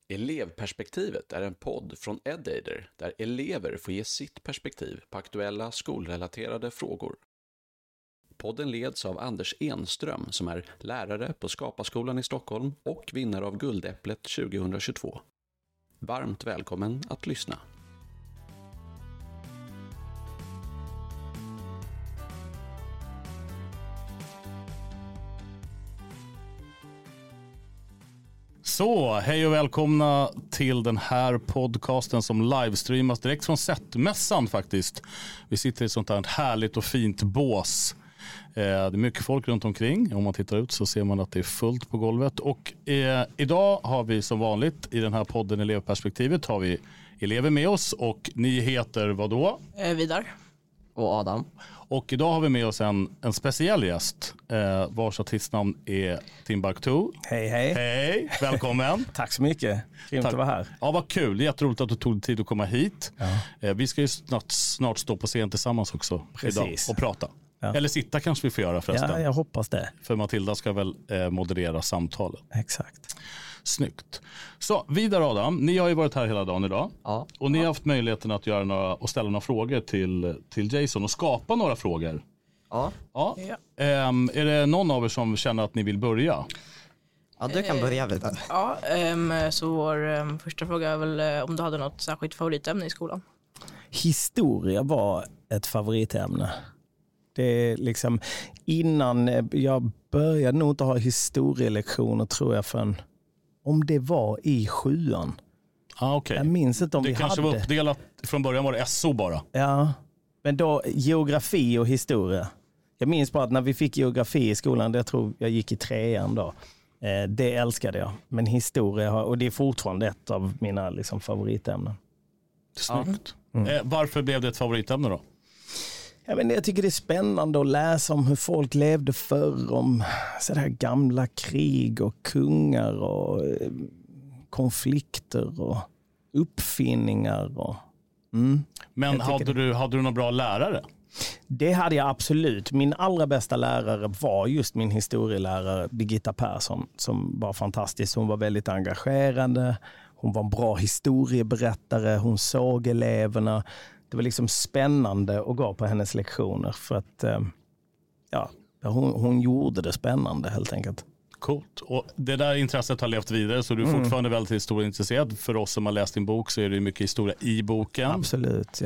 Elevperspektivet är en podd från Edader där elever får ge sitt perspektiv på aktuella skolrelaterade frågor. Podden leds av Anders Enström som är lärare på Skaparskolan i Stockholm och vinnare av Guldäpplet 2022. Varmt välkommen att lyssna. Så, hej och välkomna till den här podcasten som livestreamas direkt från Sättmässan faktiskt. Vi sitter i ett sånt här härligt och fint bås. Det är mycket folk runt omkring. Om man tittar ut så ser man att det är fullt på golvet. Och idag har vi som vanligt i den här podden Elevperspektivet har vi elever med oss. Och ni heter vad då? Vidar. Och Adam. Och idag har vi med oss en speciell gäst vars artistnamn är Timbuktu. Hej, hej. Hej, välkommen. Tack så mycket. Grymt att vara här. Ja, vad kul. Det är jätteroligt att du tog tid att komma hit. Ja. Vi ska ju snart stå på scen tillsammans också. Precis. Idag och prata. Ja. Eller sitta kanske vi får göra förresten. Ja, jag hoppas det. För Matilda ska väl moderera samtalet. Exakt. Snyggt. Så, Vidar och Adam, ni har ju varit här hela dagen idag. Ja. Och ni har haft möjligheten att göra och ställa några frågor till Jason och skapa några frågor. Ja. Ja. Är det någon av er som känner att ni vill börja? Ja, du kan börja Vidar. Ja, så vår första fråga är väl om du hade något särskilt favoritämne i skolan? Historia var ett favoritämne. Det är liksom innan jag började nog inte ha historielektioner tror jag förrän om det var i 7:an. Okay. Jag minns inte om det vi hade. Det kanske var uppdelat, från början var det SO bara. Ja, men då geografi och historia. Jag minns bara att när vi fick geografi i skolan, det tror jag gick i 3:an då. Det älskade jag. Men historia, och det är fortfarande ett av mina liksom, favoritämnen. Snyggt. Varför blev det ett favoritämne då? Jag tycker det är spännande att läsa om hur folk levde förr, om sådär gamla krig och kungar och konflikter och uppfinningar. Men hade du några bra lärare? Det hade jag absolut. Min allra bästa lärare var just min historielärare Birgitta Persson som var fantastisk. Hon var väldigt engagerande. Hon var en bra historieberättare. Hon såg eleverna. Det var liksom spännande att gå på hennes lektioner för att hon gjorde det spännande helt enkelt. Coolt. Och det där intresset har levt vidare så du är fortfarande väldigt historieintresserad. För oss som har läst din bok så är det mycket historia i boken. Absolut.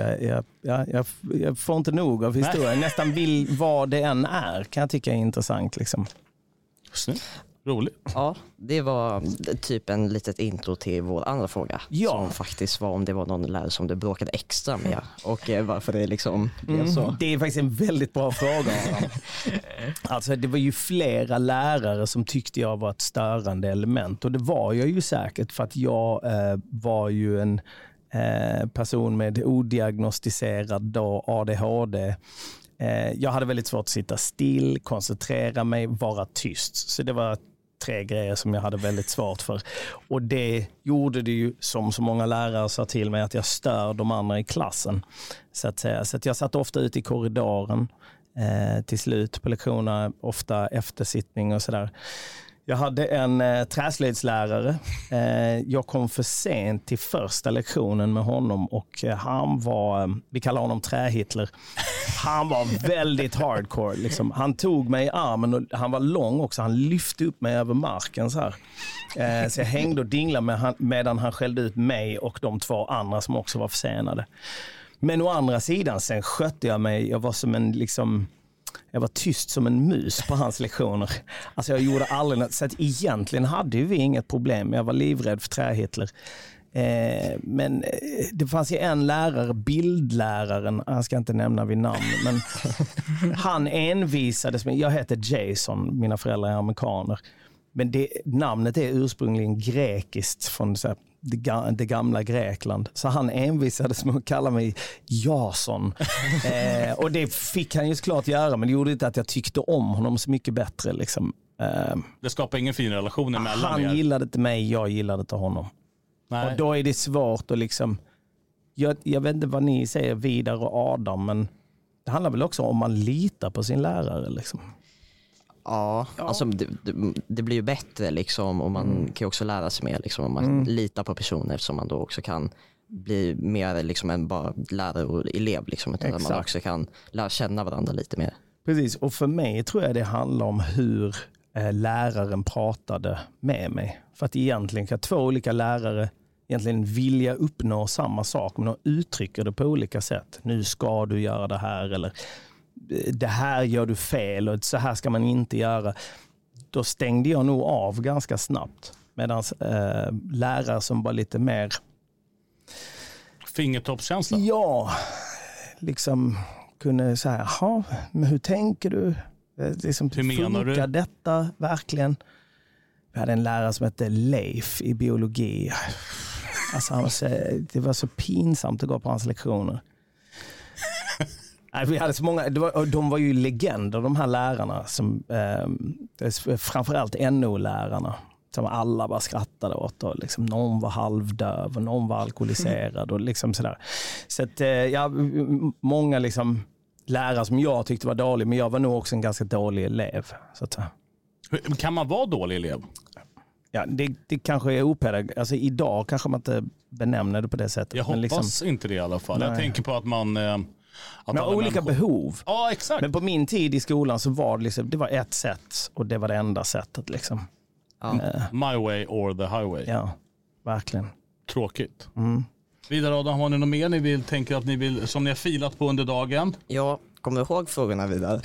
Jag får inte nog av historia. Jag nästan vill vad det än är kan jag tycka är intressant. Liksom. Snyggt. Roligt. Ja, det var typ en litet intro till vår andra fråga. Ja. Som faktiskt var om det var någon lärare som du bråkade extra med och varför det liksom blev så. Det är faktiskt en väldigt bra fråga. Alltså det var ju flera lärare som tyckte jag var ett störande element och det var jag ju säkert för att jag var ju en person med odiagnostiserad då ADHD. Jag hade väldigt svårt att sitta still, koncentrera mig, vara tyst. Så det var 3 grejer som jag hade väldigt svårt för. Och det gjorde det ju, som så många lärare sa till mig, att jag stör de andra i klassen. Så att säga. Så att jag satt ofta ute i korridoren till slut på lektionerna, ofta eftersittning och sådär. Jag hade en träslöjdslärare. Jag kom för sent till första lektionen med honom och han var, vi kallar honom Trähitler. Han var väldigt hardcore. Liksom. Han tog mig i armen och han var lång också. Han lyfte upp mig över marken så här. Så jag hängde och dinglade medan han skällde ut mig och de 2 andra som också var försenade. Men å andra sidan sen skötte jag mig. Jag var som en liksom... Jag var tyst som en mus på hans lektioner. Alltså jag gjorde aldrig något. Så att egentligen hade vi inget problem. Jag var livrädd för Trähitler. Men det fanns ju en lärare, bildläraren, jag ska inte nämna vid namn, men han envisades med, jag heter Jason, mina föräldrar är amerikaner. Men namnet är ursprungligen grekiskt från så här, det gamla Grekland. Så han envisades med att kalla mig Jason. Och det fick han ju såklart göra, men det gjorde inte att jag tyckte om honom så mycket bättre. Liksom. Det skapar ingen fin relation emellan han er. Han gillade inte mig, jag gillade inte honom. Nej. Och då är det svårt att liksom... Jag vet inte vad ni säger, Vidar och Adam, men det handlar väl också om man litar på sin lärare liksom. Ja, alltså det blir ju bättre liksom, och man kan ju också lära sig mer liksom, om man litar på personer, eftersom man då också kan bli mer liksom än bara lärare och elev liksom, utan att man också kan lära känna varandra lite mer. Precis, och för mig tror jag det handlar om hur läraren pratade med mig. För att egentligen kan 2 olika lärare egentligen vilja uppnå samma sak, men de uttrycker det på olika sätt. Nu ska du göra det här, eller det här gör du fel och så här ska man inte göra. Då stängde jag nog av ganska snabbt. Medan lärare som var lite mer... Fingertoppskänsla? Ja, liksom kunde säga, jaha, men hur tänker du? Liksom, hur menar du? Detta verkligen? Vi hade en lärare som hette Leif i biologi. Alltså, det var så pinsamt att gå på hans lektioner. Vi hade så många, de var ju legender, de här lärarna, som, framförallt NO-lärarna, som alla bara skrattade åt. Och liksom, någon var halvdöv och någon var alkoholiserad och liksom sådär. Så att, många liksom, lärare som jag tyckte var dålig, men jag var nog också en ganska dålig elev. Så att, kan man vara dålig elev? Ja, det kanske är opedagog. Alltså idag kanske man inte benämner det på det sättet. Jag hoppas liksom, inte det i alla fall. Nej. Jag tänker på att man... Att med olika behov. Ja, exakt. Men på min tid i skolan så var det, liksom, det var ett sätt och det var det enda sättet. Liksom. My way or the highway. Ja, verkligen. Tråkigt. Vidare Adam, har ni något mer ni vill, tänker att ni vill, som ni har filat på under dagen? Ja, kommer du ihåg frågorna vidare?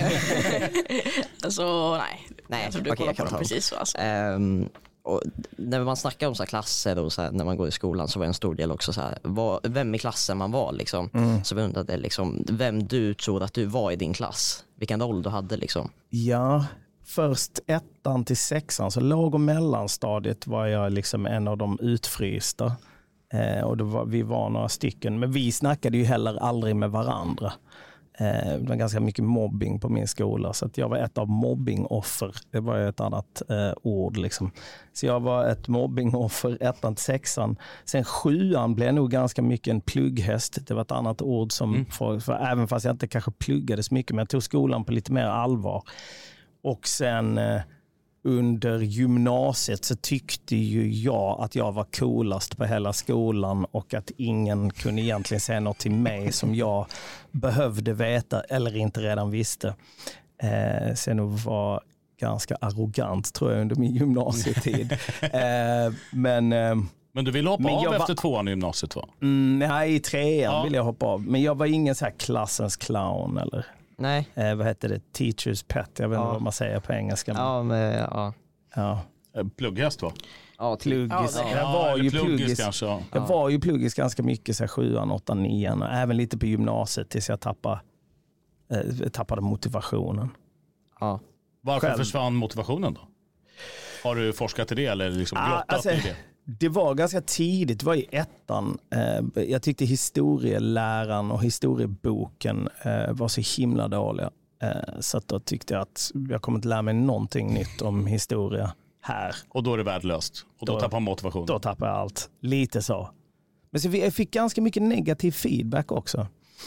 Alltså nej, jag tror du okej, kollar på dem precis så. Alltså. Och när man snackar om så här klasser och så här, när man går i skolan, så var en stor del också så här, vem i klassen man var liksom. Så vi undrade liksom, vem du tror att du var i din klass, vilken roll du hade liksom. Ja, först 1:an till 6:an, så låg- och mellanstadiet var jag liksom en av de utfrysta. Och vi var några stycken, men vi snackade ju heller aldrig med varandra. Det var ganska mycket mobbing på min skola, så att jag var ett av mobbingoffer. Det var ett annat ord liksom. Så jag var ett mobbingoffer 1:an till 6:an. Sen 7:an blev nog ganska mycket en plugghäst. Det var ett annat ord som för även fast jag inte kanske pluggade så mycket, men jag tog skolan på lite mer allvar. Och sen under gymnasiet så tyckte ju jag att jag var coolast på hela skolan och att ingen kunde egentligen säga något till mig som jag behövde veta eller inte redan visste. Sen var ganska arrogant tror jag under min gymnasietid. Men du ville hoppa av efter 2:an i gymnasiet va? Nej, i 3:an ville jag hoppa av. Men jag var ingen så här klassens clown eller... Nej. Vad heter det? Teacher's pet. Jag vet inte vad man säger på engelska. Ja. Plugghäst va? Ja, pluggis. Jag var ju pluggis ganska mycket, så här 7:an, 8:an, 9:an och även lite på gymnasiet tills jag tappade motivationen. Ja. Varför försvann motivationen då? Har du forskat i det eller liksom grottat i det? Det var ganska tidigt, det var i 1:an. Jag tyckte historieläraren och historieboken var så himla dåliga. Så att då tyckte jag att jag kommer inte lära mig någonting nytt om historia här. Och då är det värdelöst. Och då tappar man motivationen. Då tappar jag allt. Lite så. Men så jag fick ganska mycket negativ feedback också.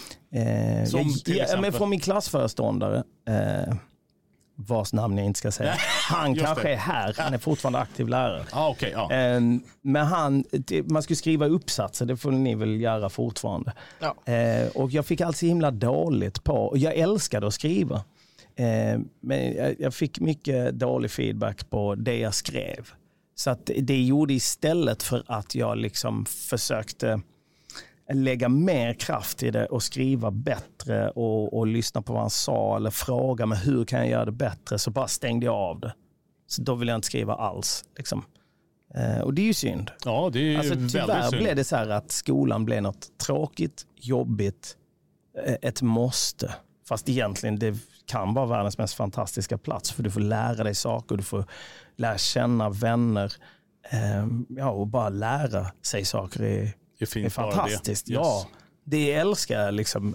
Men från min klassföreståndare. Vars namn jag inte ska säga. Han kanske är här. Han är fortfarande aktiv lärare. Men man skulle skriva uppsatser. Det får ni väl göra fortfarande. Ja. Och jag fick allt så himla dåligt på. Jag älskade att skriva. Men jag fick mycket dålig feedback på det jag skrev. Så att det gjorde istället för att jag liksom försökte lägga mer kraft i det och skriva bättre och lyssna på vad han sa eller fråga mig hur kan jag göra det bättre, så bara stängde jag av det. Så då vill jag inte skriva alls. Liksom. Och det är ju synd. Ja, det är ju väldigt synd. Tyvärr blev det så här att skolan blev något tråkigt, jobbigt, ett måste. Fast egentligen det kan vara världens mest fantastiska plats, för du får lära dig saker, du får lära känna vänner och bara lära sig saker Det är fantastiskt. Det. Yes. Ja, det älskar jag liksom.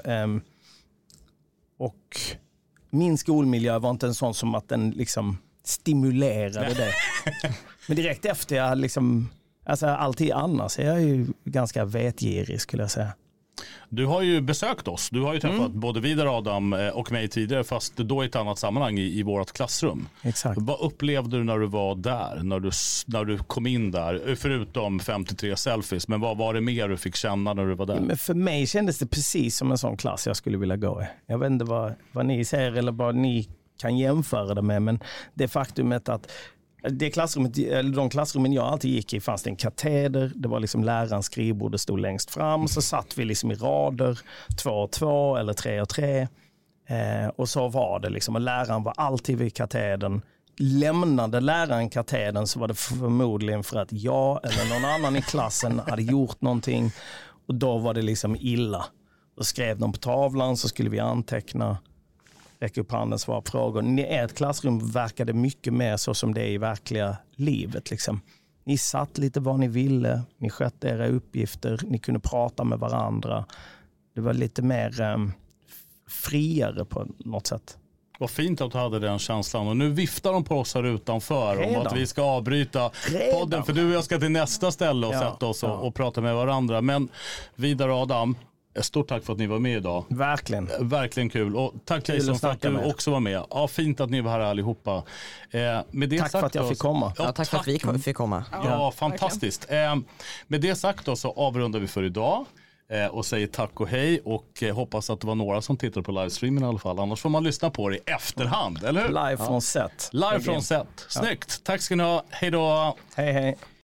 Och min skolmiljö var inte en sån som att den liksom stimulerade det. Men direkt efter jag liksom, alltså alltid annars är jag ju ganska vetgirig skulle jag säga. Du har ju besökt oss. Du har ju träffat både Vidar, Adam och mig tidigare, fast då i ett annat sammanhang i vårt klassrum. Exakt. Vad upplevde du när du var där? När du kom in där? Förutom 53 selfies. Men vad var det mer du fick känna när du var där? Men för mig kändes det precis som en sån klass jag skulle vilja gå i. Jag vet inte vad ni säger eller vad ni kan jämföra det med. Men det faktumet att de klassrummen jag alltid gick i fanns det en kateder. Det var liksom lärarens skrivbord, det stod längst fram. Så satt vi liksom i rader, 2 och 2 eller 3 och 3. Och så var det liksom. Och läraren var alltid vid katedern. Lämnade läraren katedern så var det förmodligen för att jag eller någon annan i klassen hade gjort någonting. Och då var det liksom illa. Då skrev de på tavlan så skulle vi anteckna. Räcka upp handen, svara på frågor. Ert klassrum verkade mycket mer så som det är i verkliga livet. Liksom. Ni satt lite vad ni ville. Ni skötte era uppgifter. Ni kunde prata med varandra. Det var lite mer friare på något sätt. Vad fint att du hade den känslan. Och nu viftar de på oss här utanför om att vi ska avbryta podden. För du och jag ska till nästa ställe och sätta oss och prata med varandra. Men Vidar och Adam, stort tack för att ni var med idag. Verkligen. Verkligen kul. Och tack Jason för att du också var med. Ja, fint att ni var här allihopa. Med det tack sagt för att jag fick komma. Ja, tack för att vi fick komma. Ja, fantastiskt. Med det sagt då så avrundar vi för idag. Och säger tack och hej och hoppas att det var några som tittade på livestreamen i alla fall. Annars får man lyssna på det i efterhand, eller hur? Live från set. Live från set. Snyggt. Tack ska ni ha. Hej då. Hej, hej.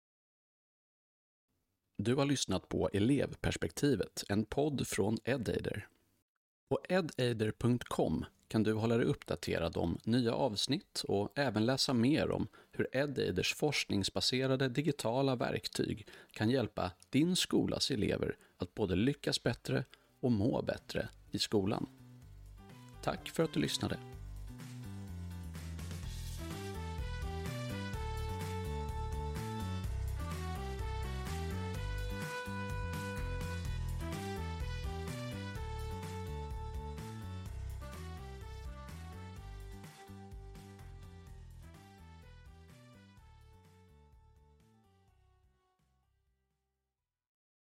Du har lyssnat på Elevperspektivet, en podd från Edaider. På edaider.com kan du hålla dig uppdaterad om nya avsnitt och även läsa mer om hur Edaiders forskningsbaserade digitala verktyg kan hjälpa din skolas elever att både lyckas bättre och må bättre i skolan. Tack för att du lyssnade.